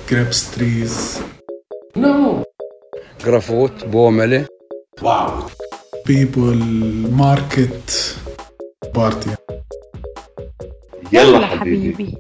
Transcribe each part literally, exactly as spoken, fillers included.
grapes trees. No. Grafot, Bomele. Wow. People, market, party. يلا حبيبي.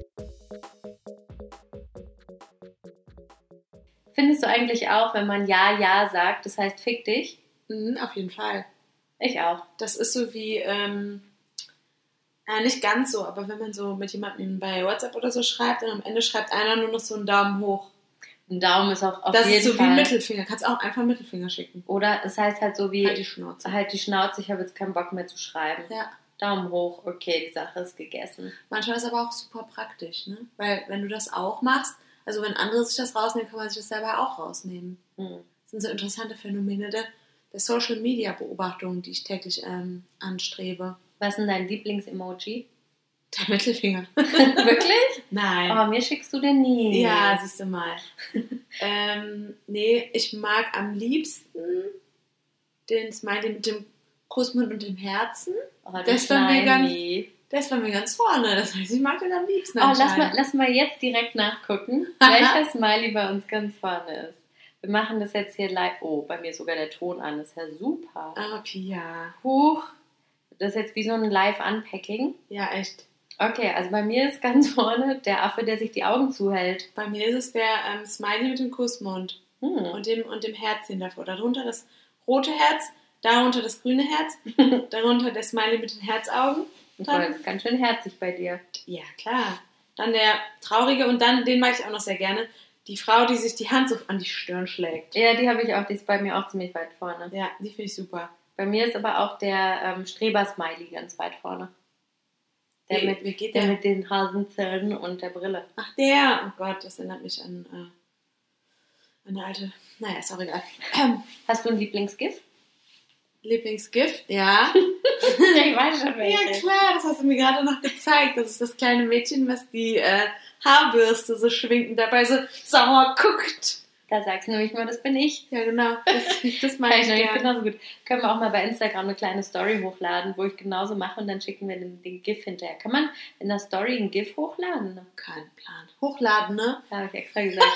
Findest du eigentlich auch, wenn man Ja, Ja sagt, das heißt fick dich? Mhm, auf jeden Fall. Ich auch. Das ist so wie, ähm, ja, nicht ganz so, aber wenn man so mit jemandem bei WhatsApp oder so schreibt und am Ende schreibt einer nur noch so einen Daumen hoch. Ein Daumen ist auch auf das jeden ist so Fall. wie ein Mittelfinger. Kannst auch einfach einen Mittelfinger schicken. Oder es heißt halt so wie... Halt die Schnauze. Halt die Schnauze, ich habe jetzt keinen Bock mehr zu schreiben. Ja. Daumen hoch, okay, die Sache ist gegessen. Manchmal ist aber auch super praktisch, ne? Weil wenn du das auch machst, also wenn andere sich das rausnehmen, kann man sich das selber auch rausnehmen. Hm. Das sind so interessante Phänomene der, der Social-Media-Beobachtung, die ich täglich ähm, anstrebe. Was ist denn dein Lieblings-Emoji? Der Mittelfinger. Wirklich? Nein. Aber mir schickst du den nie. Ja, siehst du mal. ähm, nee, ich mag am liebsten den Smiley mit dem Kussmund und dem Herzen. Oh, das, war mir ganz, das war mir ganz vorne. Das heißt, ich mag den am liebsten. Oh, lass mal, lass mal jetzt direkt nachgucken, welcher Smiley bei uns ganz vorne ist. Wir machen das jetzt hier live. Oh, bei mir ist sogar der Ton an. Das ist ja super. Ah, Pia. Huch. Das ist jetzt wie so ein Live-Unpacking. Ja, echt. Okay, also bei mir ist ganz vorne der Affe, der sich die Augen zuhält. Bei mir ist es der ähm, Smiley mit dem Kussmund hm. und, dem, und dem Herzchen davor. Darunter das rote Herz, darunter das grüne Herz, darunter der Smiley mit den Herzaugen. Das ist ganz schön herzig bei dir. Ja, klar. Dann der traurige und dann, den mag ich auch noch sehr gerne, die Frau, die sich die Hand so an die Stirn schlägt. Ja, die habe ich auch, die ist bei mir auch ziemlich weit vorne. Ja, die finde ich super. Bei mir ist aber auch der ähm, Streber-Smiley ganz weit vorne. Der, wie, mit, wie geht der? der mit den Hasenzähnen und der Brille. Ach, der. Oh Gott, das erinnert mich an, äh, an eine alte... Naja, ist auch egal. Ähm, Hast du ein Lieblingsgift? Lieblingsgift? Ja. Ich weiß schon welches. Ja, klar, das hast du mir gerade noch gezeigt. Das ist das kleine Mädchen, was die äh, Haarbürste so schwingt und dabei so sauer guckt. Da sagst du nämlich nur, das bin ich. Ja, genau. Das, das meine ich, ich genauso gut. Können wir auch mal bei Instagram eine kleine Story hochladen, wo ich genauso mache und dann schicken wir den, den GIF hinterher. Kann man in der Story ein GIF hochladen? Kein Plan. Hochladen, ne? Da habe ich extra gesagt.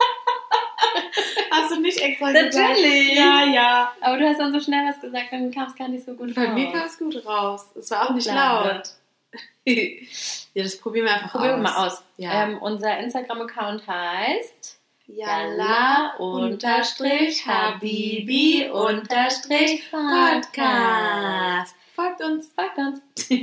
Hast du nicht extra gesagt? Natürlich. Ja, ja. Aber du hast dann so schnell was gesagt, dann kam es gar nicht so gut Bei raus. mir kam es gut raus. Es war auch nicht Hochladen. laut. Ja, das probieren wir einfach Probieren aus. wir mal aus. Ja. Ähm, unser Instagram-Account heißt... Yalla unterstrich Habibi unterstrich Podcast. Folgt uns. Folgt uns.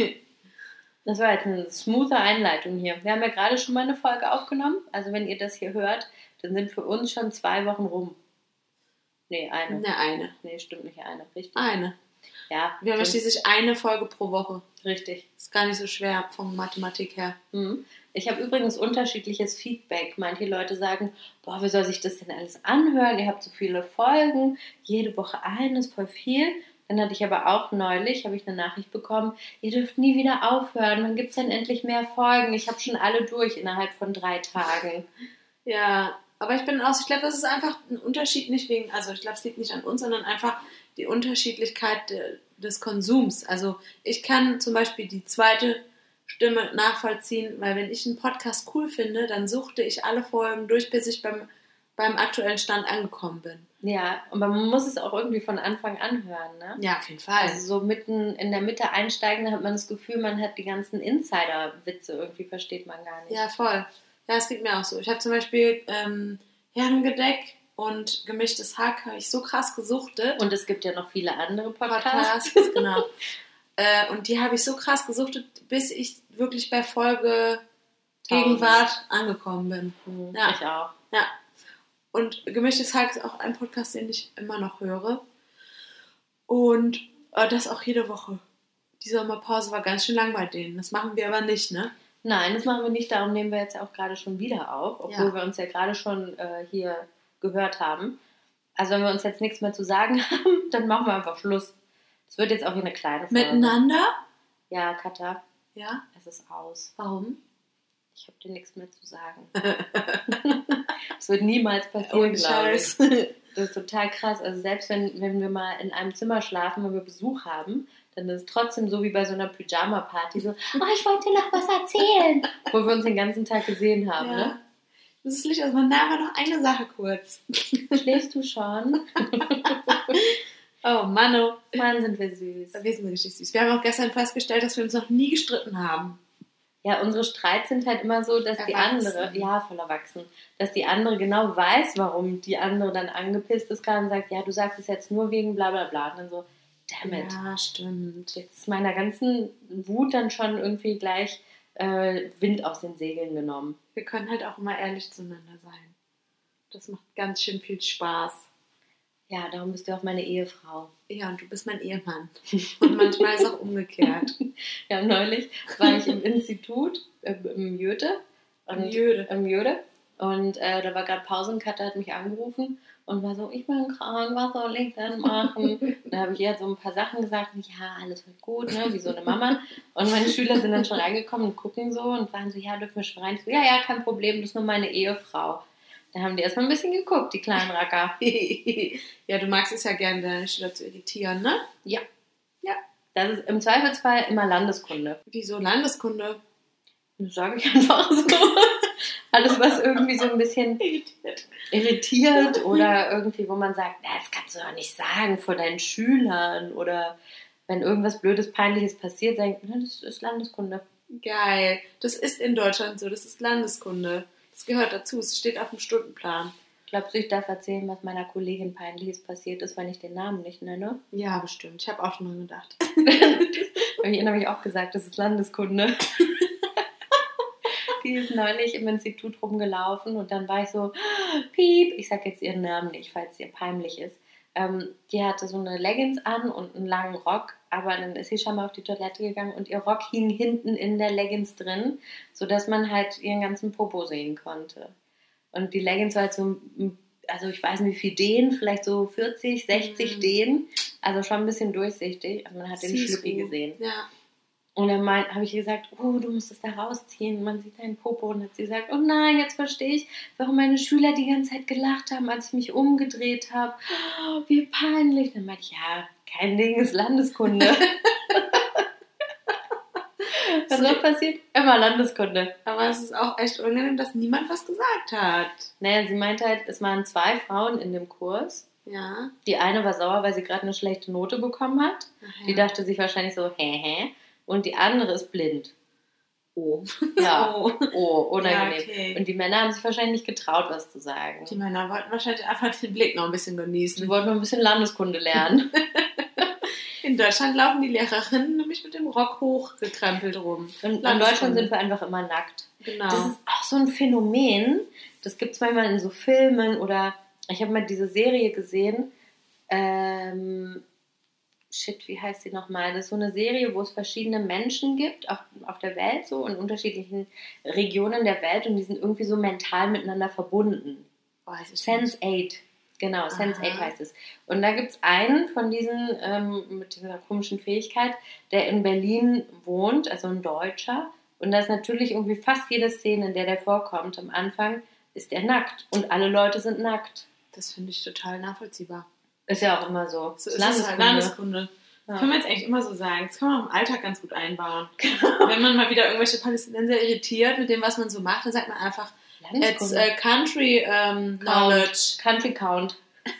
Das war jetzt eine smoothe Einleitung hier. Wir haben ja gerade schon mal eine Folge aufgenommen. Also wenn ihr das hier hört, dann sind für uns schon zwei Wochen rum. Nee, eine. Ne, eine. Nee, stimmt nicht eine. Richtig. Eine. Ja. Wir haben ja so- schließlich eine Folge pro Woche. Richtig. Ist gar nicht so schwer von Mathematik her. Mhm. Ich habe übrigens unterschiedliches Feedback. Manche Leute sagen, boah, wie soll sich das denn alles anhören? Ihr habt so viele Folgen, jede Woche eine ist voll viel. Dann hatte ich aber auch neulich, habe ich eine Nachricht bekommen, ihr dürft nie wieder aufhören, wann gibt es denn endlich mehr Folgen? Ich habe schon alle durch innerhalb von drei Tagen. Ja, aber ich bin aus, ich glaube, das ist einfach ein Unterschied, nicht wegen, also ich glaube, es liegt nicht an uns, sondern einfach die Unterschiedlichkeit de, des Konsums. Also ich kann zum Beispiel die zweite Stimme nachvollziehen, weil wenn ich einen Podcast cool finde, dann suchte ich alle Folgen durch, bis ich beim, beim aktuellen Stand angekommen bin. Ja, aber man muss es auch irgendwie von Anfang an hören, ne? Ja, auf jeden Fall. Also so mitten in der Mitte einsteigen, da hat man das Gefühl, man hat die ganzen Insider-Witze, irgendwie versteht man gar nicht. Ja, voll. Ja, es geht mir auch so. Ich habe zum Beispiel ähm, Herrengedeck und Gemischtes Hack habe ich so krass gesuchtet. Und es gibt ja noch viele andere Podcasts. Podcasts, genau. äh, und die habe ich so krass gesuchtet, bis ich wirklich bei Folge Gegenwart angekommen bin. Mhm, Ja. Ich auch. Ja. Und Gemischtes Hack ist auch ein Podcast, den ich immer noch höre. Und äh, das auch jede Woche. Die Sommerpause war ganz schön lang bei denen. Das machen wir aber nicht, ne? Nein, das machen wir nicht. Darum nehmen wir jetzt auch gerade schon wieder auf, obwohl Ja. wir uns ja gerade schon äh, hier gehört haben. Also wenn wir uns jetzt nichts mehr zu sagen haben, dann machen wir einfach Schluss. Es wird jetzt auch hier eine kleine Folge. Miteinander? Ja, Katha, Ja. es ist aus. Warum? Ich habe dir nichts mehr zu sagen. Das wird niemals passieren, Ohne glaube ich. Scheiß. Das ist total krass. Also selbst wenn, wenn wir mal in einem Zimmer schlafen, wenn wir Besuch haben, dann ist es trotzdem so wie bei so einer Pyjama-Party so, oh, ich wollte dir noch was erzählen. Wo wir uns den ganzen Tag gesehen haben, Ja. ne? Das ist Licht aus. Man aber noch eine Sache kurz. Schläfst du schon? Oh, Mann, Mann, sind wir süß. wir sind richtig süß. Wir haben auch gestern festgestellt, dass wir uns noch nie gestritten haben. Ja, unsere Streits sind halt immer so, dass die Erwachsen. andere, ja, voll erwachsen, dass die andere genau weiß, warum die andere dann angepisst ist gerade und sagt, ja, du sagst es jetzt nur wegen bla bla bla. Und dann so, damn it. Ja, stimmt. Jetzt ist meiner ganzen Wut dann schon irgendwie gleich äh, Wind aus den Segeln genommen. Wir können halt auch immer ehrlich zueinander sein. Das macht ganz schön viel Spaß. Ja, darum bist du auch meine Ehefrau. Ja, und du bist mein Ehemann. Und manchmal ist es auch umgekehrt. Ja, neulich war ich im Institut, äh, im Jöde. Und, Im Jöde. Im Jöde. Und äh, da war gerade Pause und Katja hat mich angerufen und war so, ich bin krank, was soll ich denn machen? Da habe ich ihr so ein paar Sachen gesagt und ja, alles wird gut, ne? Wie so eine Mama. Und meine Schüler sind dann schon reingekommen und gucken so und waren so, ja, dürfen wir schon rein? Ich so, ja, ja, kein Problem, das ist nur meine Ehefrau. Da haben die erstmal ein bisschen geguckt, die kleinen Racker. Ja, du magst es ja gerne, deine Schüler zu irritieren, ne? Ja. Ja. Das ist im Zweifelsfall immer Landeskunde. Wieso Landeskunde? Das sage ich einfach so. Alles, was irgendwie so ein bisschen Irritiert. irritiert oder irgendwie, wo man sagt, na, das kannst du doch nicht sagen vor deinen Schülern oder wenn irgendwas Blödes, Peinliches passiert, sagen, na, das ist Landeskunde. Geil. Das ist in Deutschland so, das ist Landeskunde. Das gehört dazu, es steht auf dem Stundenplan. Glaubst du, ich darf erzählen, was meiner Kollegin Peinliches passiert ist, wenn ich den Namen nicht nenne? Ja, bestimmt. Ich habe auch schon mal gedacht. Bei ihr habe ich auch gesagt, das ist Landeskunde. Die ist neulich im Institut rumgelaufen und dann war ich so, piep, ich sage jetzt ihren Namen nicht, falls ihr peinlich ist. Ähm, die hatte so eine Leggings an und einen langen Rock, aber dann ist sie schon mal auf die Toilette gegangen und ihr Rock hing hinten in der Leggings drin, sodass man halt ihren ganzen Popo sehen konnte. Und die Leggings war halt so, also ich weiß nicht wie viel Dehn, vielleicht so vierzig, sechzig Mhm. Dehn, also schon ein bisschen durchsichtig, also man hat den Siehst Schlüppi du. gesehen. Ja. Und dann habe ich ihr gesagt, oh, du musst es da rausziehen. Man sieht deinen Popo. Und dann hat sie gesagt, oh nein, jetzt verstehe ich, warum meine Schüler die ganze Zeit gelacht haben, als ich mich umgedreht habe. Oh, wie peinlich. Dann meinte ich, ja, kein Ding, ist Landeskunde. Was noch passiert? Immer Landeskunde. Aber es ist auch echt unangenehm, dass niemand was gesagt hat. Naja, sie meinte halt, es waren zwei Frauen in dem Kurs. Ja. Die eine war sauer, weil sie gerade eine schlechte Note bekommen hat. Ach, Die ja. dachte sich wahrscheinlich so, hä, hä. Und die andere ist blind. Oh. Ja. Oh. Oh, unangenehm. Ja, okay. Und die Männer haben sich wahrscheinlich nicht getraut, was zu sagen. Die Männer wollten wahrscheinlich einfach den Blick noch ein bisschen Sie genießen. wollten nur ein bisschen Landeskunde lernen. In Deutschland laufen die Lehrerinnen nämlich mit dem Rock hochgekrempelt rum. Und in Landeskunde. Deutschland sind wir einfach immer nackt. Genau. Das ist auch so ein Phänomen. Das gibt es manchmal in so Filmen oder ich habe mal diese Serie gesehen. Ähm, shit, wie heißt sie nochmal? Das ist so eine Serie, wo es verschiedene Menschen gibt auf, auf der Welt, so in unterschiedlichen Regionen der Welt und die sind irgendwie so mental miteinander verbunden. Weiß ich sense eight. Genau, sense Aha. eight heißt es. Und da gibt es einen von diesen ähm, mit dieser komischen Fähigkeit, der in Berlin wohnt, also ein Deutscher. Und da ist natürlich irgendwie fast jede Szene, in der der vorkommt, am Anfang ist er nackt. Und alle Leute sind nackt. Das finde ich total nachvollziehbar. Ist ja auch immer so. So ist es halt Landeskunde. Das Ja. können wir jetzt echt immer so sagen. Das kann man auch im Alltag ganz gut einbauen. Wenn man mal wieder irgendwelche Palästinenser irritiert mit dem, was man so macht, dann sagt man einfach, it's Landeskunde. uh, country um, knowledge. Country Count.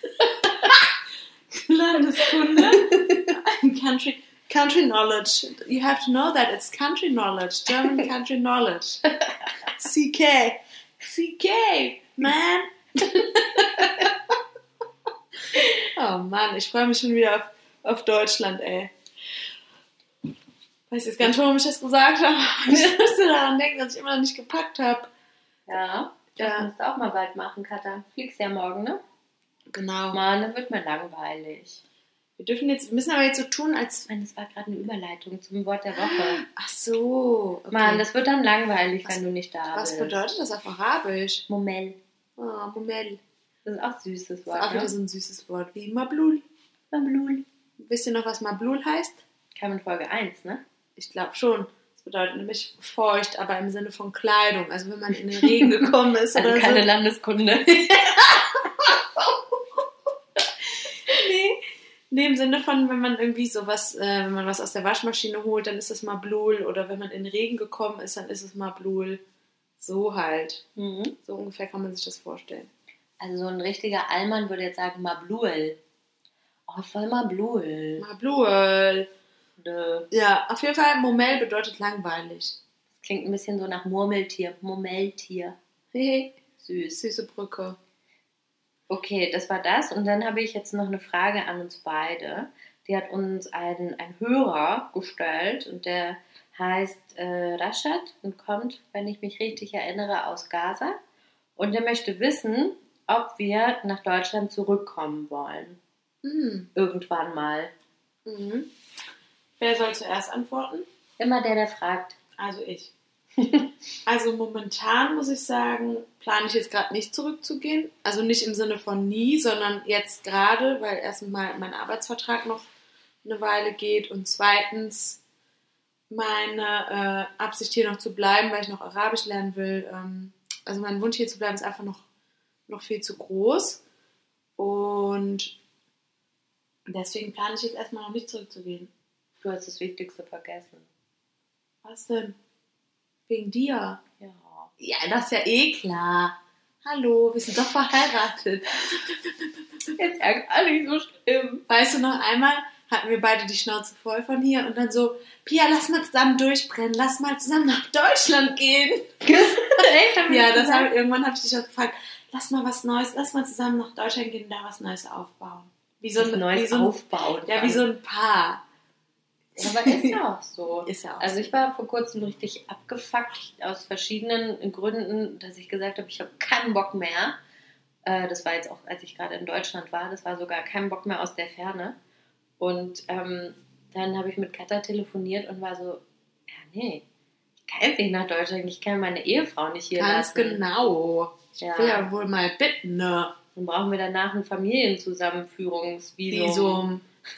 Landeskunde. country, country knowledge. You have to know that it's country knowledge. German country knowledge. C K. C K, man. Oh Mann, ich freue mich schon wieder auf, auf Deutschland, ey. Weiß jetzt gar nicht, warum ich das gesagt habe. Ich musste daran denken, dass ich immer noch nicht gepackt habe. Ja, das Ja. musst du auch mal bald machen, Katha. Fliegst ja morgen, ne? Genau. Mann, dann wird mir langweilig. Wir dürfen jetzt, wir müssen aber jetzt so tun, als... Ich meine, das war gerade eine Überleitung zum Wort der Woche. Ach so. Okay. Mann, das wird dann langweilig, Was- wenn du nicht da Was bist. bedeutet das auf Arabisch? Momel. Oh, Momel. Das ist auch ein süßes Das ist Wort, auch wieder ne? so ein süßes Wort. Wie Mablul. Mablul. Wisst ihr noch, was Mablul heißt? Kam in Folge eins, ne? Ich glaube schon. Das bedeutet nämlich feucht, aber im Sinne von Kleidung. Also wenn man in den Regen gekommen ist Also oder keine so. Landeskunde. Nee. Nee, im Sinne von, wenn man irgendwie sowas, äh, wenn man was aus der Waschmaschine holt, dann ist es Mablul. Oder wenn man in den Regen gekommen ist, dann ist es Mablul. So halt. Mhm. So ungefähr kann man sich das vorstellen. Also so ein richtiger Allmann würde jetzt sagen, Mabluel. Oh, voll Mabluel. Mabluel. Nö. Ja, auf jeden Fall, Momell bedeutet langweilig. Klingt ein bisschen so nach Murmeltier. Murmeltier. Hey, Süß. süße Brücke. Okay, das war das. Und dann habe ich jetzt noch eine Frage an uns beide. Die hat uns ein, ein Hörer gestellt und der heißt äh, Rashad und kommt, wenn ich mich richtig erinnere, aus Gaza. Und der möchte wissen, ob wir nach Deutschland zurückkommen wollen. Mhm. Irgendwann mal. Mhm. Wer soll zuerst antworten? Immer der, der fragt. Also ich. Also momentan muss ich sagen, plane ich jetzt gerade nicht zurückzugehen. Also nicht im Sinne von nie, sondern jetzt gerade, weil erstens mal mein Arbeitsvertrag noch eine Weile geht und zweitens meine äh, Absicht hier noch zu bleiben, weil ich noch Arabisch lernen will. Ähm, also mein Wunsch hier zu bleiben ist einfach noch, noch viel zu groß und deswegen plane ich jetzt erstmal noch nicht zurückzugehen. Du hast das Wichtigste vergessen. Was denn? Wegen dir? Ja. Ja, das ist ja eh klar. Hallo, wir sind doch verheiratet. Ist ja gar nicht so schlimm. Weißt du, noch einmal hatten wir beide die Schnauze voll von hier und dann so, Pia, lass mal zusammen durchbrennen, lass mal zusammen nach Deutschland gehen. Ja, das hab, irgendwann habe ich dich auch gefragt, lass mal was Neues, lass mal zusammen nach Deutschland gehen und da was Neues aufbauen. Wie so Was ein Neues wie so ein, aufbauen. Ja, wie so ein Paar. Aber ist ja auch so. Ist ja auch Also so. ich war vor kurzem richtig abgefuckt aus verschiedenen Gründen, dass ich gesagt habe, ich habe keinen Bock mehr. Äh, das war jetzt auch, als ich gerade in Deutschland war, das war sogar kein Bock mehr aus der Ferne. Und ähm, dann habe ich mit Katha telefoniert und war so, ja nee, ich kann jetzt nicht nach Deutschland, ich kann meine Ehefrau nicht hier Ganz lassen. genau. Ich Ja. will ja wohl mal bitten, ne? Dann brauchen wir danach ein Familienzusammenführungsvisum. Visum.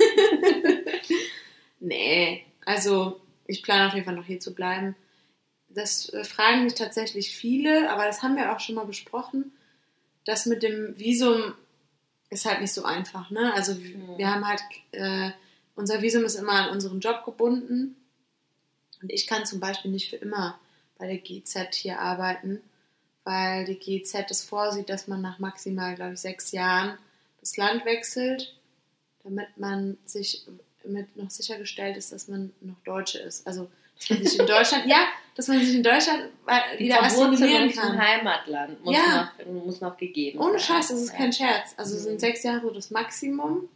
Nee, also ich plane auf jeden Fall noch hier zu bleiben. Das äh, fragen mich tatsächlich viele, aber das haben wir auch schon mal besprochen. Das mit dem Visum ist halt nicht so einfach, ne? Also Mhm. wir haben halt, äh, unser Visum ist immer an unseren Job gebunden und ich kann zum Beispiel nicht für immer bei der G Z hier arbeiten, weil die G Z es vorsieht, dass man nach maximal, glaube ich, sechs Jahren das Land wechselt, damit man sich mit noch sichergestellt ist, dass man noch Deutsche ist. Also, dass man sich in Deutschland, ja, dass man sich in Deutschland Die wieder assimilieren Verwurzelung zum kann. Heimatland muss, Ja. noch, muss noch gegeben Ohne sein. Scheiß, das ist Ja. kein Scherz. Also Mhm. sind sechs Jahre so das Maximum.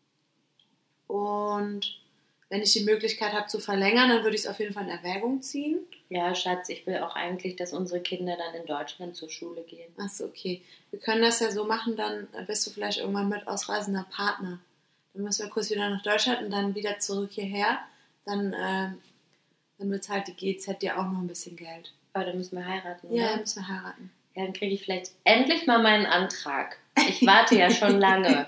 Und wenn ich die Möglichkeit habe zu verlängern, dann würde ich es auf jeden Fall in Erwägung ziehen. Ja, Schatz, ich will auch eigentlich, dass unsere Kinder dann in Deutschland zur Schule gehen. Achso, okay. Wir können das ja so machen, dann bist du vielleicht irgendwann mit ausreisender Partner. Dann müssen wir kurz wieder nach Deutschland und dann wieder zurück hierher. Dann, äh, dann bezahlt die G Z dir auch noch ein bisschen Geld. Aber dann müssen wir heiraten, Ja, oder? dann müssen wir heiraten. Ja, dann kriege ich vielleicht endlich mal meinen Antrag. Ich warte ja schon lange.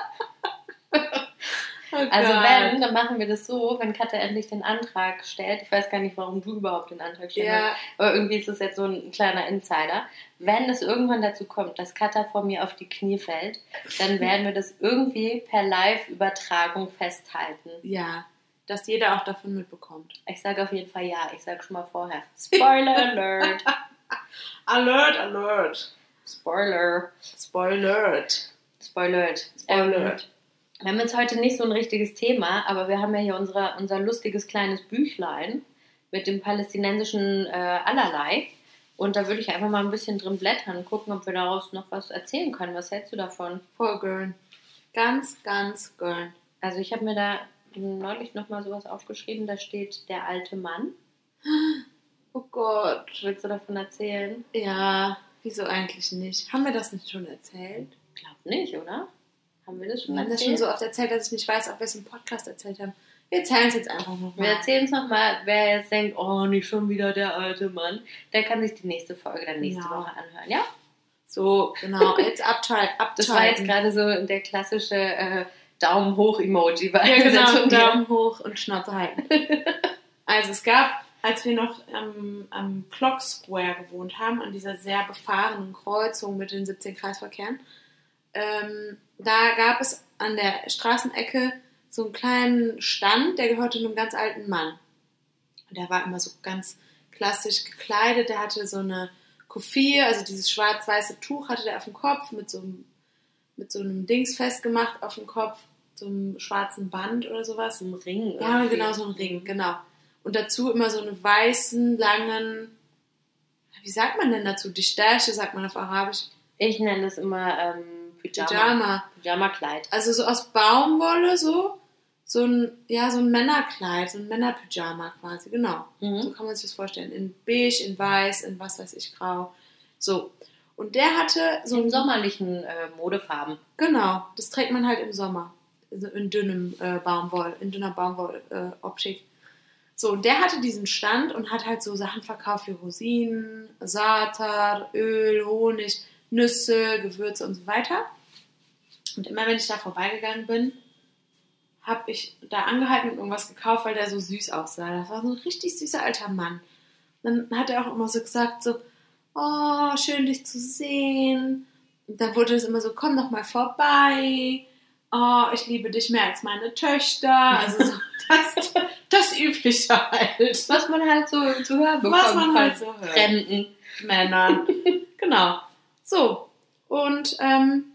Oh Also Gott. wenn, dann machen wir das so, wenn Katja endlich den Antrag stellt. Ich weiß gar nicht, warum du überhaupt den Antrag stellst. Ja. Aber irgendwie ist das jetzt so ein kleiner Insider. Wenn es irgendwann dazu kommt, dass Katja vor mir auf die Knie fällt, dann werden wir das irgendwie per Live-Übertragung festhalten. Ja, dass jeder auch davon mitbekommt. Ich sage auf jeden Fall ja. Ich sage schon mal vorher. Spoiler Alert. Alert, alert. Spoiler. Spoilert. Spoilert. Spoilert. Ähm, wir haben jetzt heute nicht so ein richtiges Thema, aber wir haben ja hier unsere, unser lustiges kleines Büchlein mit dem palästinensischen äh, Allerlei. Und da würde ich einfach mal ein bisschen drin blättern und gucken, ob wir daraus noch was erzählen können. Was hältst du davon? Voll gern. Ganz, ganz gern. Also ich habe mir da neulich nochmal sowas aufgeschrieben, da steht der alte Mann. Oh Gott. Willst du davon erzählen? Ja, wieso eigentlich nicht? Haben wir das nicht schon erzählt? Glaub nicht, oder? Haben wir das schon Wir haben das erzählt? schon so oft erzählt, dass ich nicht weiß, ob wir es im Podcast erzählt haben. Wir erzählen es jetzt einfach nochmal. Wir erzählen es nochmal. Wer jetzt denkt, oh, nicht schon wieder der alte Mann, der kann sich die nächste Folge dann nächste Genau. Woche anhören, ja? So, genau. Jetzt abschalten. Das war jetzt gerade so der klassische äh, Daumen hoch Emoji. War Ja, das jetzt genau. von dir? Daumen hoch und Schnauze halten. Also es gab, als wir noch am, am Clock Square gewohnt haben, an dieser sehr befahrenen Kreuzung mit den siebzehn Kreisverkehren, ähm, da gab es an der Straßenecke so einen kleinen Stand, der gehörte einem ganz alten Mann. Und der war immer so ganz klassisch gekleidet, der hatte so eine Kufir, also dieses schwarz-weiße Tuch hatte der auf dem Kopf mit so einem, mit so einem Dings festgemacht auf dem Kopf, so einem schwarzen Band oder sowas. Ein Ring. Ja, irgendwie. genau, so ein Ring, genau. Und dazu immer so einen weißen, langen, wie sagt man denn dazu? Die Stärche sagt man auf Arabisch. Ich nenne es immer ähm, Pyjama. Pyjama. Pyjama-Kleid. Also so aus Baumwolle so, so ein, ja, so ein Männerkleid, so ein Männerpyjama quasi, genau. Mhm. So kann man sich das vorstellen. In beige, in weiß, in was weiß ich, grau. So. Und der hatte so In ein sommerlichen äh, Modefarben. Genau, das trägt man halt im Sommer. Also in dünnem äh, Baumwoll, in dünner Baumwoll-Optik. Äh, so, und der hatte diesen Stand und hat halt so Sachen verkauft wie Rosinen, Saatar, Öl, Honig, Nüsse, Gewürze und so weiter. Und immer wenn ich da vorbeigegangen bin, habe ich da angehalten und irgendwas gekauft, weil der so süß aussah. Das war so ein richtig süßer alter Mann. Dann hat er auch immer so gesagt, so, oh, schön dich zu sehen. Und dann wurde es immer so, komm doch mal vorbei. Oh, ich liebe dich mehr als meine Töchter. Also so, das, das Übliche halt. Was man halt so zu hören bekommt. Was man halt von so hört. Fremden. Männern. Genau. So. Und ähm,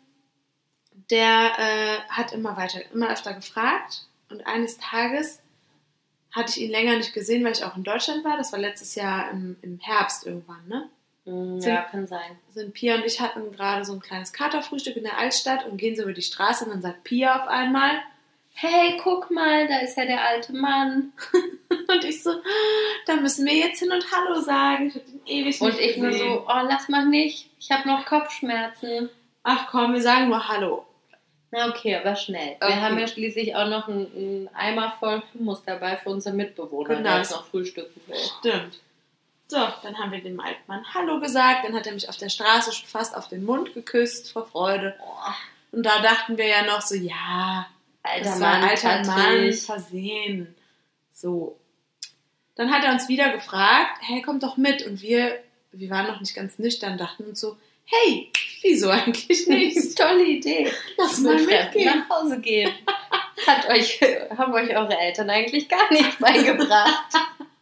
der äh, hat immer weiter, immer öfter gefragt. Und eines Tages hatte ich ihn länger nicht gesehen, weil ich auch in Deutschland war. Das war letztes Jahr im, im Herbst irgendwann, ne? Mm, Sind- ja, kann sein. Sind Pia und ich hatten gerade so ein kleines Katerfrühstück in der Altstadt und gehen so über die Straße und dann sagt Pia auf einmal Hey, guck mal, da ist ja der alte Mann. und ich so, da müssen wir jetzt hin und Hallo sagen. Ich hab ihn ewig Und nicht ich nur gesehen. so, oh, lass mal nicht. Ich habe noch Kopfschmerzen. Ach komm, wir sagen nur Hallo. Na okay, aber schnell. Okay. Wir haben ja schließlich auch noch einen, einen Eimer voll Hummus dabei für unsere Mitbewohner, Genau. der jetzt noch frühstücken will. Stimmt. So, dann haben wir dem alten Mann Hallo gesagt. Dann hat er mich auf der Straße schon fast auf den Mund geküsst vor Freude. Oh, Und da dachten wir ja noch so, ja, alter das war Mann, ein alter Mann, Patrick. versehen. So. Dann hat er uns wieder gefragt, hey, kommt doch mit. Und wir, wir waren noch nicht ganz nüchtern, dachten uns so, hey, wieso eigentlich nicht? Tolle Idee. Lass mal Mit Fremden mitgehen. nach Hause gehen. Hat euch, haben euch eure Eltern eigentlich gar nichts beigebracht.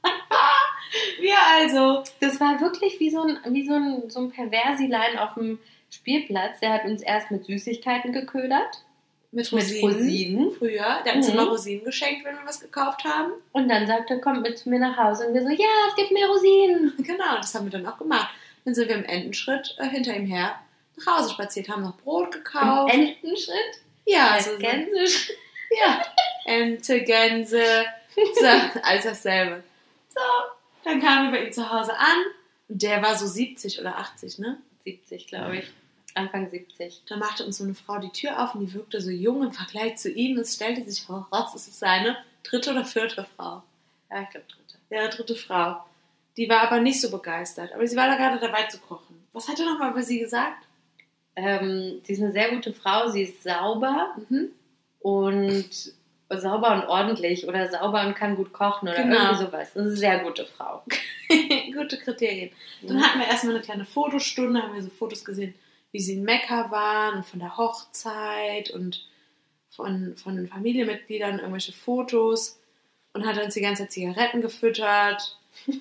Wir also. Das war wirklich wie so ein, wie so ein, so ein Perversilein auf dem Spielplatz. Der hat uns erst mit Süßigkeiten geködert. Mit Mit Rosinen. Rosinen. Früher. Der hat uns Mhm. immer Rosinen geschenkt, wenn wir was gekauft haben. Und dann sagte er, kommt mit zu mir nach Hause. Und wir so, ja, es gibt mehr Rosinen. Genau, das haben wir dann auch gemacht. Dann sind wir im Entenschritt äh, hinter ihm her nach Hause spaziert, haben noch Brot gekauft. Im Entenschritt. ja, Als also so, Gänseschritt. ja, Ente, Gänse, so, alles dasselbe. So, dann kamen wir bei ihm zu Hause an und der war so siebzig oder achtzig, ne? siebzig, glaube ich. Anfang siebzig. Da machte uns so eine Frau die Tür auf und die wirkte so jung im Vergleich zu ihm. Es stellte sich raus, es ist seine dritte oder vierte Frau. Ja, ich glaube dritte. Ja, dritte Frau. Die war aber nicht so begeistert. Aber sie war da gerade dabei zu kochen. Was hat er nochmal über sie gesagt? Ähm, sie ist eine sehr gute Frau. Sie ist sauber Mhm. und sauber und ordentlich oder sauber und kann gut kochen oder Genau. irgendwie sowas. Das ist eine sehr gute Frau. Gute Kriterien. Dann hatten wir erstmal eine kleine Fotostunde, haben wir so Fotos gesehen, wie sie in Mekka waren und von der Hochzeit und von, von Familienmitgliedern irgendwelche Fotos und hat uns die ganze Zeit Zigaretten gefüttert.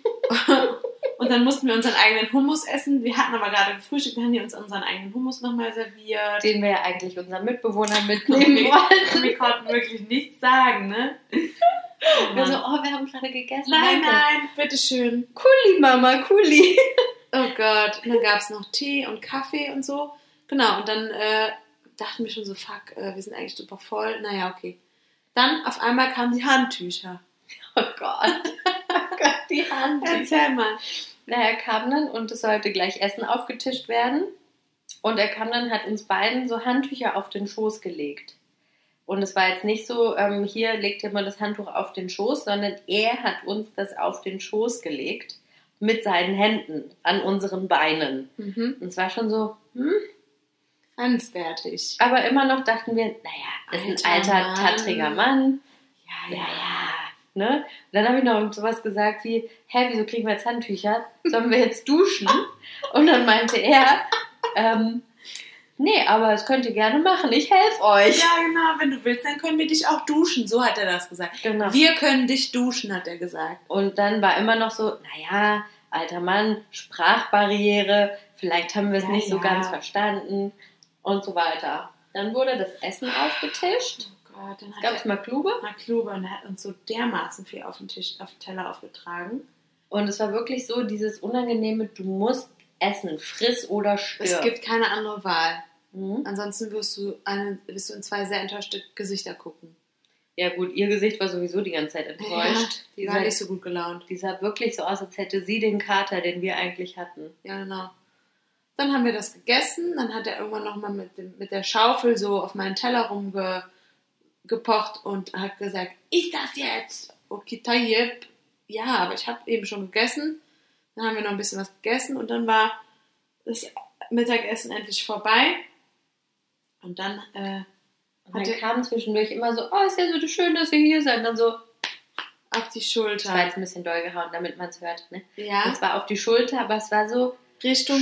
Und dann mussten wir unseren eigenen Hummus essen. Wir hatten aber gerade gefrühstückt, dann haben die uns unseren eigenen Hummus nochmal serviert. Den wir ja eigentlich unseren Mitbewohnern mitnehmen wir, wollten. wir konnten wirklich nichts sagen, ne? Oh Wir so, Mann. oh, wir haben gerade gegessen. Nein, danke. nein, bitteschön. Kuli, Mama, Kuli. Oh Gott. Und dann gab es noch Tee und Kaffee und so. Genau, und dann äh, dachten wir schon so, fuck, äh, wir sind eigentlich super voll. Naja, okay. Dann auf einmal kamen die Handtücher. Oh Gott. Oh Gott, die Hand. Erzähl mal. Na, er kam dann und es sollte gleich Essen aufgetischt werden. Und er kam dann, hat uns beiden so Handtücher auf den Schoß gelegt. Und es war jetzt nicht so, ähm, hier legt ihr mal das Handtuch auf den Schoß, sondern er hat uns das auf den Schoß gelegt mit seinen Händen an unseren Beinen. Mhm. Und es war schon so, hm? Grenzwertig. Aber immer noch dachten wir, naja, das ist ein Alter alter, Mann. tattriger Mann. Ja, Ja, ja. Ne? Und dann habe ich noch sowas gesagt wie, hä, wieso kriegen wir jetzt Handtücher? Sollen wir jetzt duschen? Und dann meinte er, ähm, nee, aber das könnt ihr gerne machen, ich helfe euch. Ja, genau. Wenn du willst, dann können wir dich auch duschen. So hat er das gesagt. Genau. Wir können dich duschen, hat er gesagt. Und dann war immer noch so, naja, alter Mann, Sprachbarriere, vielleicht haben wir es Ja, nicht so ja. ganz verstanden und so weiter. Dann wurde das Essen aufgetischt. Oh Gott, dann Es hat gab er es mal Klube mal Klube und er hat uns so dermaßen viel auf den Tisch, auf den Teller aufgetragen. und es war wirklich so dieses unangenehme, du musst essen, friss oder stirb. Es gibt keine andere Wahl. Mhm. Ansonsten wirst du, eine, wirst du in zwei sehr enttäuschte Gesichter gucken. Ja gut, ihr Gesicht war sowieso die ganze Zeit enttäuscht. die die, war sah, nicht so gut gelaunt. die sah wirklich so aus, als hätte sie den Kater, den wir eigentlich hatten. Ja, genau. Dann haben wir das gegessen. Dann hat er irgendwann nochmal mit, dem- mit der Schaufel so auf meinen Teller rumgepocht und hat gesagt, ist das jetzt? Okay, tayyip. Ja, aber ich habe eben schon gegessen. Dann haben wir noch ein bisschen was gegessen und dann war das Mittagessen endlich vorbei. Und dann äh, Und dann Hatte- kam zwischendurch immer so, oh, ist ja so schön, dass ihr hier seid. Und dann so, auf die das war Schulter. jetzt ein bisschen doll gehauen, damit man es hört. Ne? Ja, Das war auf die Schulter, aber es war so Richtung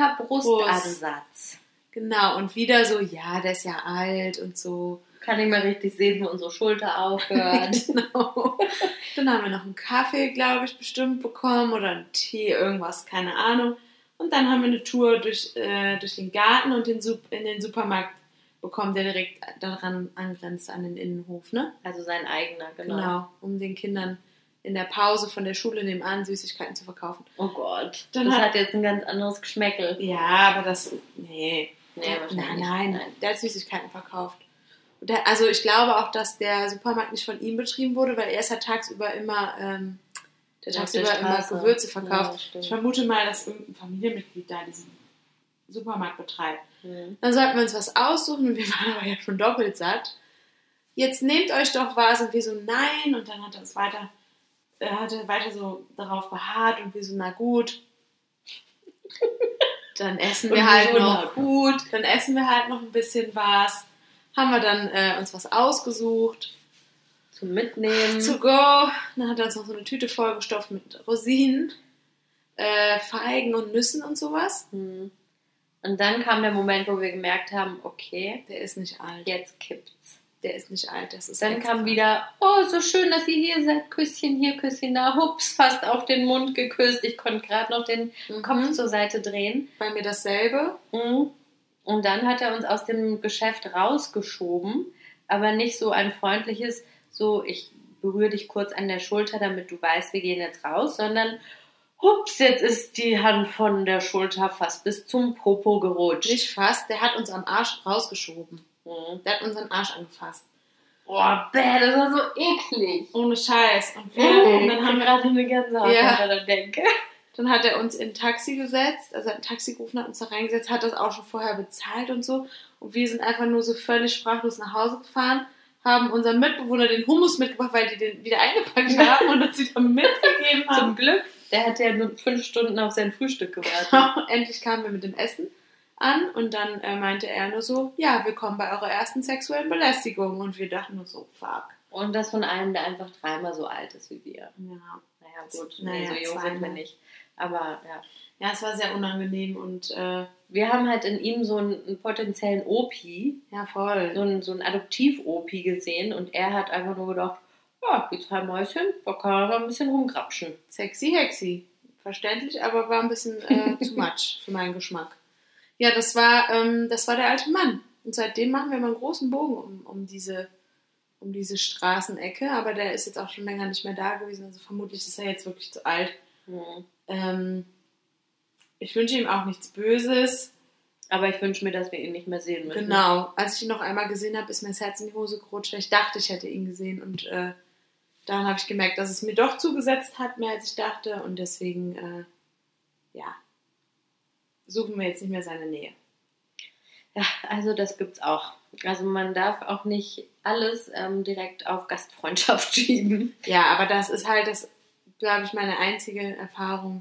Schulter-Brust-Ansatz. Genau, und wieder so, ja, der ist ja alt und so. Kann ich mal richtig sehen, wo unsere Schulter aufhört. Genau. Dann haben wir noch einen Kaffee, glaube ich, bestimmt bekommen oder einen Tee, irgendwas, keine Ahnung. Und dann haben wir eine Tour durch, äh, durch den Garten und den Sup- in den Supermarkt bekommen, der direkt daran angrenzt, an den Innenhof, ne? Also sein eigener, genau. Genau, um den Kindern in der Pause von der Schule nebenan Süßigkeiten zu verkaufen. Oh Gott, Dann das hat- hat jetzt ein ganz anderes Geschmäckel. Ja, aber das, nee. Nee, nein, wahrscheinlich nein, nicht. der hat Süßigkeiten verkauft. Und der, also ich glaube auch, dass der Supermarkt nicht von ihm betrieben wurde, weil er ist ja tagsüber immer, ähm, der Auf tagsüber der immer Straße. Gewürze Ja, verkauft. stimmt. Ich vermute mal, dass irgendein Familienmitglied da diesen Supermarkt betreibt. Hm. Dann sollten wir uns was aussuchen und wir waren aber ja schon doppelt satt. Jetzt nehmt euch doch was und wir so, nein. Und dann hat er uns weiter, er hatte weiter so darauf beharrt und wir so, na gut. Dann essen wir Und halt so, noch. na gut. Dann essen wir halt noch ein bisschen was. Haben wir dann äh, uns was ausgesucht. Zum Mitnehmen. To go. Dann hat er uns noch so eine Tüte vollgestopft mit Rosinen, äh, Feigen und Nüssen und sowas. Hm. Und dann kam der Moment, wo wir gemerkt haben, okay, Der ist nicht alt. jetzt kippt's. Der ist nicht alt. Das ist Dann extra. kam wieder, oh, so schön, dass ihr hier seid. Küsschen hier, Küsschen da. Hups, fast auf den Mund geküsst. Ich konnte gerade noch den Mhm. Kopf zur Seite drehen. Bei mir dasselbe. Mhm. Und dann hat er uns aus dem Geschäft rausgeschoben, aber nicht so ein freundliches, so ich berühre dich kurz an der Schulter, damit du weißt, wir gehen jetzt raus, sondern hups, jetzt ist die Hand von der Schulter fast bis zum Popo gerutscht. Nicht fast. Der hat uns am Arsch rausgeschoben. Mhm. Der hat unseren Arsch angefasst. Boah, bäh, das war so eklig. Ohne Scheiß. Und, wir, Mhm. und dann haben wir gerade eine Gänsehaut, Ja. wenn ich daran denke. Dann hat er uns in ein Taxi gesetzt, also ein Taxi gerufen, hat uns da reingesetzt, hat das auch schon vorher bezahlt und so. Und wir sind einfach nur so völlig sprachlos nach Hause gefahren, haben unserem Mitbewohner den Hummus mitgebracht, weil die den wieder eingepackt haben und uns wieder mitgegeben Zum haben. Glück, der hat ja nur fünf Stunden auf sein Frühstück gewartet. Endlich kamen wir mit dem Essen an und dann äh, meinte er nur so, ja, willkommen bei eurer ersten sexuellen Belästigung. Und wir dachten nur so, fuck. Und das von einem, der einfach dreimal so alt ist wie wir. Ja. Naja, gut, Naja, nee, so jung sind wir zweimal. nicht. Aber ja. Ja, es war sehr unangenehm und äh, Wir haben halt in ihm so einen, einen potenziellen Opi, ja, voll. so einen, so einen Adoptiv-Opi gesehen und er hat einfach nur gedacht, ja, die drei Mäuschen, da kann er mal ein bisschen rumgrapschen. Sexy, hexy. Verständlich, aber war ein bisschen äh, too much für meinen Geschmack. Ja, das war, ähm, das war der alte Mann. Und seitdem machen wir mal einen großen Bogen um, um, diese, um diese Straßenecke. Aber der ist jetzt auch schon länger nicht mehr da gewesen. Also vermutlich ist er jetzt wirklich zu alt. Hm. Ähm, ich wünsche ihm auch nichts Böses. Aber ich wünsche mir, dass wir ihn nicht mehr sehen müssen. Genau. Als ich ihn noch einmal gesehen habe, ist mir das Herz in die Hose gerutscht, weil ich dachte, ich hätte ihn gesehen. Und äh, daran habe ich gemerkt, dass es mir doch zugesetzt hat, mehr als ich dachte. Und deswegen, äh, ja, suchen wir jetzt nicht mehr seine Nähe. Ja, also das gibt's auch. Also man darf auch nicht alles ähm, direkt auf Gastfreundschaft schieben. Ja, aber das ist halt, das, glaube ich, meine einzige Erfahrung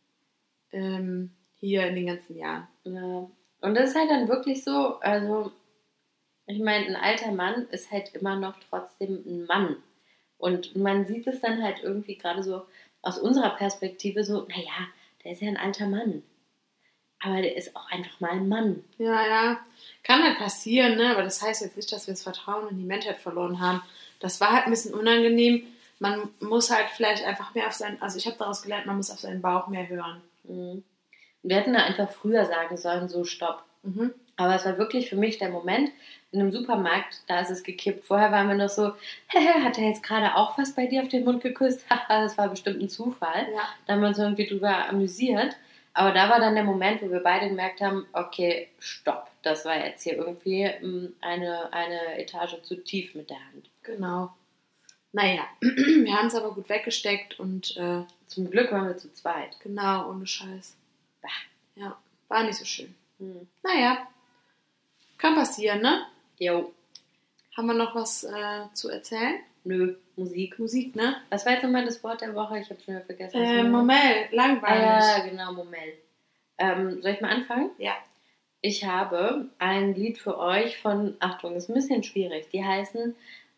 ähm, hier in den ganzen Jahren. Ja. Und das ist halt dann wirklich so, also ich meine, ein alter Mann ist halt immer noch trotzdem ein Mann. Und man sieht es dann halt irgendwie gerade so aus unserer Perspektive so, naja, der ist ja ein alter Mann. Aber der ist auch einfach mal ein Mann. Ja, ja, kann halt passieren, ne? Aber das heißt jetzt nicht, dass wir das Vertrauen in die Menschheit verloren haben. Das war halt ein bisschen unangenehm, man muss halt vielleicht einfach mehr auf seinen, also ich habe daraus gelernt, man muss auf seinen Bauch mehr hören. Mhm. Wir hätten da einfach früher sagen sollen, so stopp. Mhm. Aber es war wirklich für mich der Moment in einem Supermarkt, da ist es gekippt. Vorher waren wir noch so, hat er jetzt gerade auch was bei dir auf den Mund geküsst? Das war bestimmt ein Zufall. Ja. Da haben wir uns irgendwie drüber amüsiert. Aber da war dann der Moment, wo wir beide gemerkt haben, okay, stopp. Das war jetzt hier irgendwie eine, eine Etage zu tief mit der Hand. Genau. Naja, wir haben es aber gut weggesteckt und äh, zum Glück waren wir zu zweit. Genau, ohne Scheiß. Bah. Ja, war nicht so schön. Hm. Naja, kann passieren, ne? Jo. Haben wir noch was äh, zu erzählen? Nö, Musik. Musik, ne? Was war jetzt nochmal das Wort der Woche? Ich habe schon wieder vergessen. Äh, Momell, langweilig. Ah, ja, genau, Momell. Ähm, soll ich mal anfangen? Ja. Ich habe ein Lied für euch von, Achtung, ist ein bisschen schwierig. Die heißen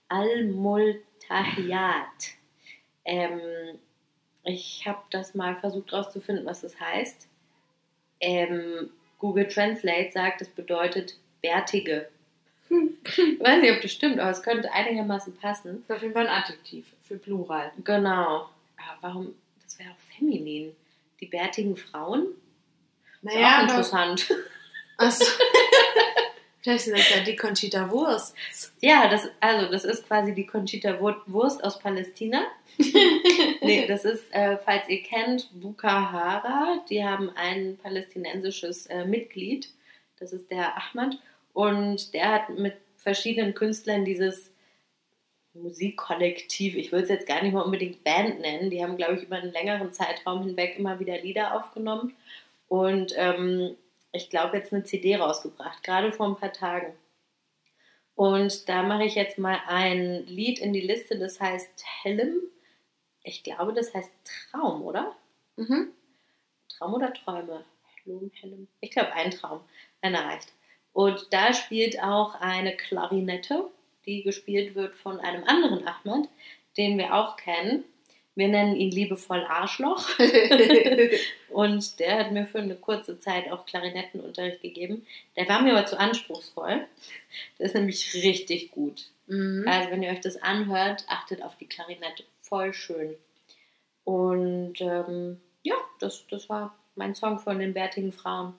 Al-Multahiyat. Ähm, ich habe das mal versucht rauszufinden, was das heißt. Ähm, Google Translate sagt, es bedeutet Bärtige. Ich weiß nicht, ob das stimmt, aber es könnte einigermaßen passen. Das ist auf jeden Fall ein Adjektiv für Plural. Genau. Aber warum? Das wäre auch feminin. Die bärtigen Frauen? Ist Naja, auch interessant. Also, vielleicht sind das ja die Conchita Wurst. Ja, das, also das ist quasi die Conchita Wurst aus Palästina. Nee, das ist, äh, falls ihr kennt, Bukahara. Die haben ein palästinensisches äh, Mitglied. Das ist der Ahmad. Und der hat mit verschiedenen Künstlern dieses Musikkollektiv, ich würde es jetzt gar nicht mal unbedingt Band nennen, die haben, glaube ich, über einen längeren Zeitraum hinweg immer wieder Lieder aufgenommen und ähm, ich glaube, jetzt eine C D rausgebracht, gerade vor ein paar Tagen. Und da mache ich jetzt mal ein Lied in die Liste, das heißt Helm. Ich glaube, das heißt Traum, oder? Mhm. Traum oder Träume? Helm, Helm. Ich glaube, ein Traum. Einer reicht. Und da spielt auch eine Klarinette, die gespielt wird von einem anderen Ahmad, den wir auch kennen. Wir nennen ihn liebevoll Arschloch. Und der hat mir für eine kurze Zeit auch Klarinettenunterricht gegeben. Der war mir aber zu anspruchsvoll. Der ist nämlich richtig gut. Mhm. Also wenn ihr euch das anhört, achtet auf die Klarinette. Voll schön. Und ähm, ja, das, das war mein Song von den bärtigen Frauen.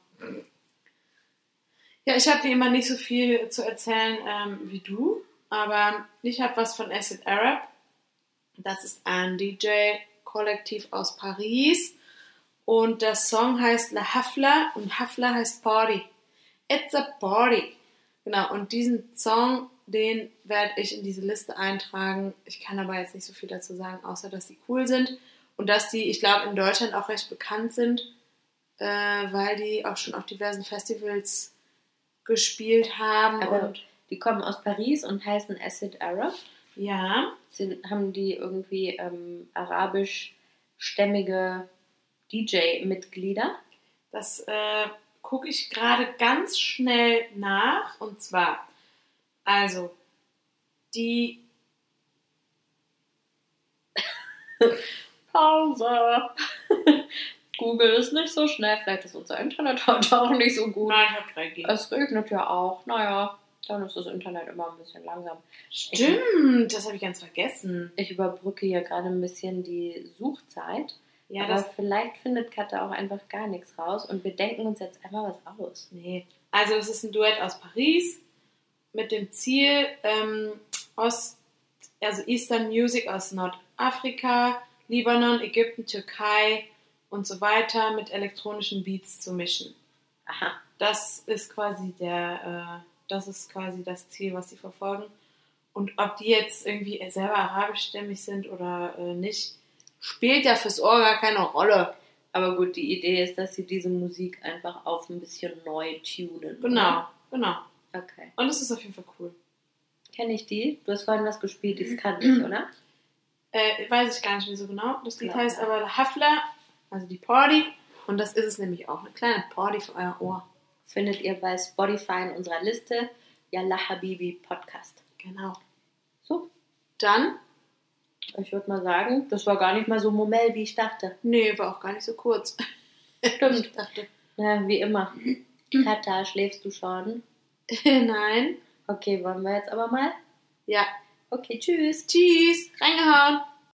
Ja, ich habe wie immer nicht so viel zu erzählen ähm, wie du, aber ich habe was von Acid Arab. Das ist ein D J-Kollektiv aus Paris und der Song heißt La Hafla und Hafla heißt Party. It's a Party. Genau, und diesen Song, den werde ich in diese Liste eintragen. Ich kann aber jetzt nicht so viel dazu sagen, außer dass die cool sind und dass die, ich glaube, in Deutschland auch recht bekannt sind, äh, weil die auch schon auf diversen Festivals gespielt haben. Aber und die kommen aus Paris und heißen Acid Arab. ja. Sind, haben die irgendwie ähm, arabischstämmige D J-Mitglieder? Das äh, gucke ich gerade ganz schnell nach. Und zwar, also, die Pause. Google ist nicht so schnell. Vielleicht ist unser Internet heute auch nicht so gut. Nein, ich habe drei G. Es regnet ja auch. Naja, dann ist das Internet immer ein bisschen langsam. Stimmt, das habe ich ganz vergessen. Ich überbrücke hier gerade ein bisschen die Suchzeit. Ja, aber das. vielleicht findet Katja auch einfach gar nichts raus und wir denken uns jetzt einmal was aus. Nee. Also, es ist ein Duett aus Paris mit dem Ziel, ähm, Ost, also Eastern Music aus Nordafrika, Libanon, Ägypten, Türkei und so weiter mit elektronischen Beats zu mischen. Aha. Das ist quasi der, äh, das ist quasi das Ziel, was sie verfolgen. Und ob die jetzt irgendwie selber arabischstämmig sind oder äh, nicht, spielt ja fürs Ohr gar keine Rolle. Aber gut, die Idee ist, dass sie diese Musik einfach auf ein bisschen neu tunen. Genau, oder? genau. Okay. Und es ist auf jeden Fall cool. Kenne ich die? Du hast vorhin was gespielt, das kannte ich, oder? Äh, weiß ich gar nicht mehr so genau. Das Lied Klar. heißt aber Hafla, also die Party. Und das ist es nämlich auch. Eine kleine Party für euer Ohr. Das findet ihr bei Spotify in unserer Liste. Yalla Habibi Podcast. Genau. So, Dann, ich würde mal sagen, das war gar nicht mal so Momell, wie ich dachte. nee, war auch gar nicht so kurz. Stimmt. Ich dachte, Na, wie immer. Katha, schläfst du schon? nein. Okay, wollen wir jetzt aber mal? Ja. Okay, tschüss. Tschüss. Reingehauen.